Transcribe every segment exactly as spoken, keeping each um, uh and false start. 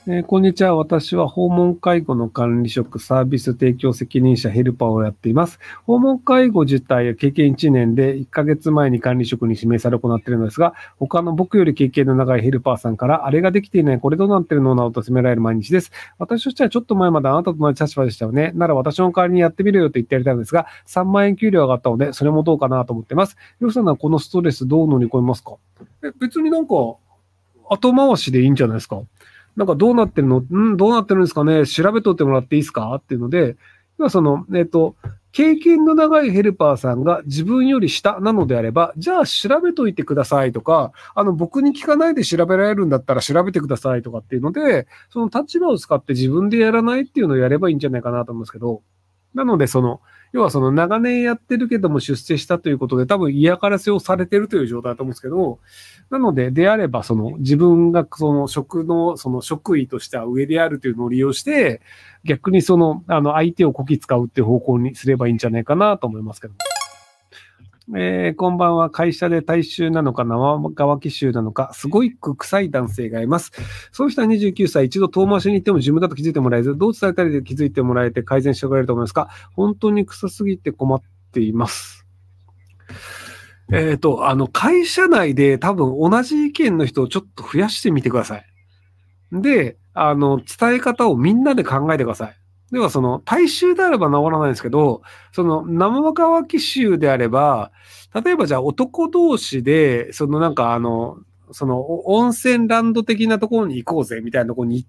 えーこんにちは。私は訪問介護の管理職、サービス提供責任者、ヘルパーをやっています。訪問介護自体は経験いちねんでいっかげつまえに管理職に指名され行っているのですが、他の僕より経験の長いヘルパーさんから、あれができていない、これどうなってるのなどと責められる毎日です。私としてはちょっと前まであなたと同じ立場でしたよね。なら私の代わりにやってみるよと言ってやりたいんですが、さんまん円給料上がったので、それもどうかなと思っています。ヨウさんはこのストレスどう乗り越えますか？え、別になんか後回しでいいんじゃないですか。なんかどうなってるのんどうなってるんですかね、調べとってもらっていいですかっていうので、要はその、えっと、経験の長いヘルパーさんが自分より下なのであれば、じゃあ調べといてくださいとか、あの、僕に聞かないで調べられるんだったら調べてくださいとかっていうので、その立場を使って自分でやらないっていうのをやればいいんじゃないかなと思うんですけど、なので、その、要はその長年やってるけども出世したということで多分嫌がらせをされてるという状態だと思うんですけど、なので、であれば、その自分がその職の、その職位としては上であるというのを利用して、逆にその、あの、相手をこき使うっていう方向にすればいいんじゃないかなと思いますけど。えーこんばんは。会社で大衆なのか生乾き臭なのか、すごい臭い男性がいます。そうしたにじゅうきゅうさい、一度遠回しに行っても自分だと気づいてもらえず、どう伝えたりで気づいてもらえて改善してくれると思いますか？本当に臭すぎて困っています。えっ、と、あの、会社内で多分同じ意見の人をちょっと増やしてみてください。で、あの、伝え方をみんなで考えてください。では、その、大衆であれば治らないんですけど、その、生乾き臭であれば、例えばじゃあ男同士で、そのなんかあの、その温泉ランド的なところに行こうぜみたいなところに行って、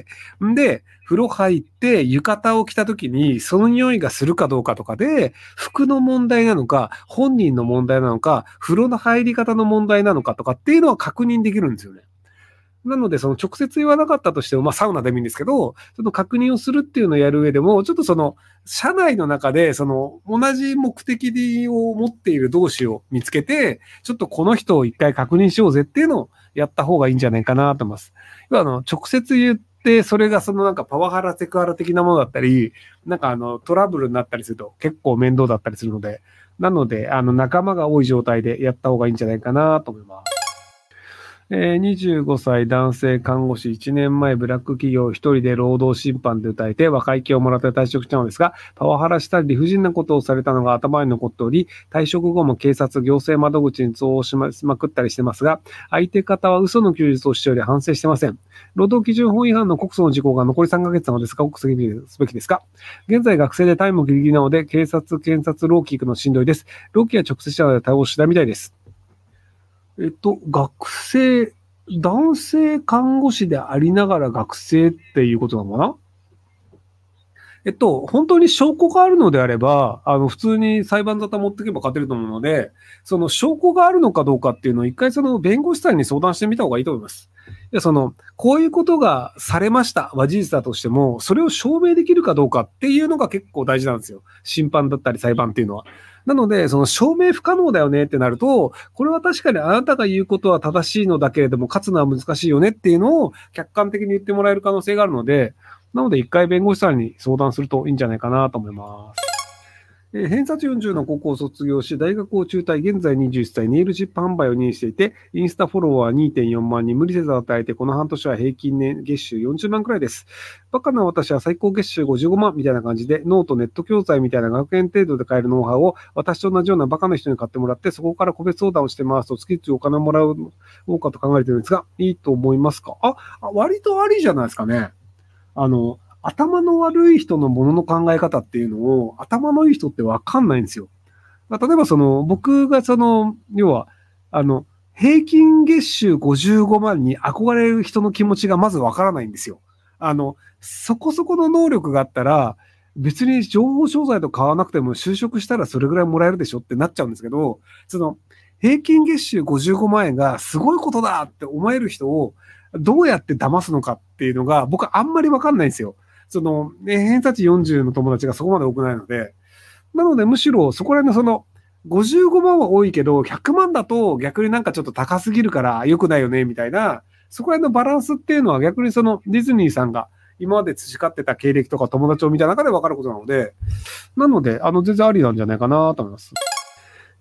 んで、風呂入って浴衣を着た時にその匂いがするかどうかとかで、服の問題なのか、本人の問題なのか、風呂の入り方の問題なのかとかっていうのは確認できるんですよね。なので、その直接言わなかったとしても、まあサウナでもいいんですけど、その確認をするっていうのをやる上でも、ちょっとその、社内の中で、その、同じ目的を持っている同士を見つけて、ちょっとこの人を一回確認しようぜっていうのをやった方がいいんじゃないかなと思います。要は、あの、直接言って、それがそのなんかパワハラ、セクハラ的なものだったり、なんかあの、トラブルになったりすると結構面倒だったりするので、なので、あの、仲間が多い状態でやった方がいいんじゃないかなと思います。えー、にじゅうごさい男性看護師いちねんまえブラック企業一人で労働審判で訴えて和解金をもらって退職したのですが、パワハラしたり理不尽なことをされたのが頭に残っており、退職後も警察、行政窓口に通報しまくったりしてますが、相手方は嘘の休日をしており反省してません。労働基準法違反の告訴の事項が残りさんかげつなのですが、告訴すべきですか？現在学生でタイムギリギリなので、警察、検察、労基行くのしんどいです。労基は直接者で対応したみたいです。えっと、学生、男性看護師でありながら学生っていうことなのかな？えっと、本当に証拠があるのであれば、あの、普通に裁判沙汰持っていけば勝てると思うので、その証拠があるのかどうかっていうのを一回その弁護士さんに相談してみた方がいいと思います。で、その、こういうことがされましたは事実だとしても、それを証明できるかどうかっていうのが結構大事なんですよ。審判だったり裁判っていうのは。なので、その証明不可能だよねってなると、これは確かにあなたが言うことは正しいのだけれども、勝つのは難しいよねっていうのを客観的に言ってもらえる可能性があるので、なので一回弁護士さんに相談するといいんじゃないかなと思います。えー偏差値よんじゅうの高校を卒業し、大学を中退、現在にじゅっさい、ネイルチップ販売を任意していて、インスタフォロワーにてんよんまん人、無理せず与えて、この半年は平均年月収よんじゅうまんくらいです。バカな私は最高月収ごじゅうごまんみたいな感じで、ノート、ネット教材みたいな学園程度で買えるノウハウを私と同じようなバカな人に買ってもらって、そこから個別相談をしてますと、月々お金をもらうのかと考えているんですが、いいと思いますか？あ、あ割とありじゃないですかね。あの、頭の悪い人のものの考え方っていうのを、頭のいい人ってわかんないんですよ。例えばその、僕がその、要は、あの、平均月収ごじゅうごまんに憧れる人の気持ちがまずわからないんですよ。あの、そこそこの能力があったら、別に情報商材と買わなくても就職したらそれぐらいもらえるでしょってなっちゃうんですけど、その、平均月収ごじゅうごまん円がすごいことだって思える人をどうやって騙すのかっていうのが僕はあんまりわかんないんですよ。その、ね、偏差値よんじゅうの友達がそこまで多くないので、なのでむしろそこら辺のその、ごじゅうごまんは多いけど、ひゃくまんだと逆になんかちょっと高すぎるから良くないよね、みたいな、そこら辺のバランスっていうのは逆にそのディズニーさんが今まで培ってた経歴とか友達を見た中で分かることなので、なので、あの、全然ありなんじゃないかなと思います。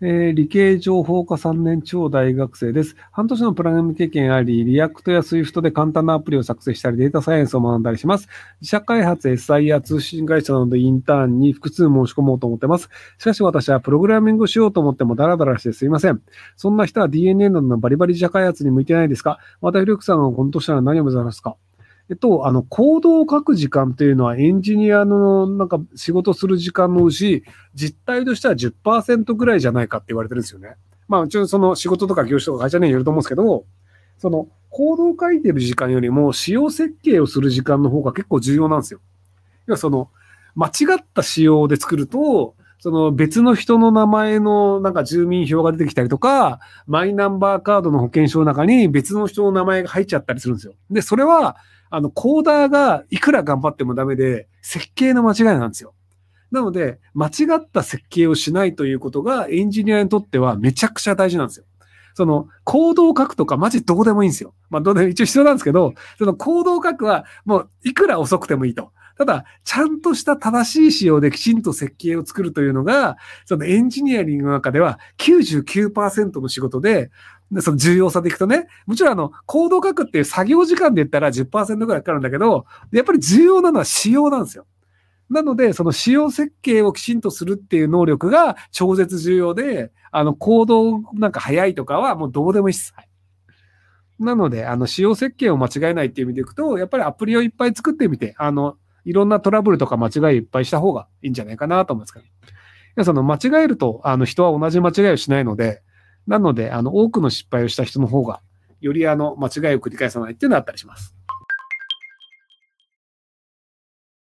えー理系情報科さんねん超大学生です。半年のプログラム経験あり、リアクトやスイフトで簡単なアプリを作成したり、データサイエンスを学んだりします。自社開発、エスアイ や通信会社などでインターンに複数申し込もうと思っています。しかし私はプログラミングをしようと思ってもダラダラしてすいません。そんな人は ディーエヌエー などのバリバリ自社開発に向いてないですか？また、ひろゆきさんが本当したら何を目指しますか？えっと、あの、コードを書く時間というのはエンジニアのなんか仕事する時間のうち、実態としてはじゅっパーセントぐらいじゃないかって言われてるんですよね。まあ、もちろんその仕事とか業種とか会社によると思うんですけど、その、コードを書いてる時間よりも仕様設計をする時間の方が結構重要なんですよ。要はその、間違った仕様で作ると、その別の人の名前のなんか住民票が出てきたりとか、マイナンバーカードの保険証の中に別の人の名前が入っちゃったりするんですよ。で、それは、あの、コーダーがいくら頑張ってもダメで、設計の間違いなんですよ。なので、間違った設計をしないということがエンジニアにとってはめちゃくちゃ大事なんですよ。その、コードを書くとかマジどうでもいいんですよ。まあ、どうでも一応必要なんですけど、そのコードを書くはもういくら遅くてもいいと。ただ、ちゃんとした正しい仕様できちんと設計を作るというのが、そのエンジニアリングの中ではきゅうじゅうきゅうパーセントの仕事で、でその重要さでいくとね、もちろんあの、コードを書くっていう作業時間で言ったらじゅっパーセントぐらいかかるんだけど、やっぱり重要なのは仕様なんですよ。なので、その仕様設計をきちんとするっていう能力が超絶重要で、あの、コードなんか早いとかはもうどうでもいいです。はい、なので、あの、仕様設計を間違えないっていう意味でいくと、やっぱりアプリをいっぱい作ってみて、あの、いろんなトラブルとか間違いいっぱいした方がいいんじゃないかなと思いますけど。いや、その間違えると、あの、人は同じ間違いをしないので、なので、あの、多くの失敗をした人の方が、よりあの、間違いを繰り返さないっていうのがあったりします。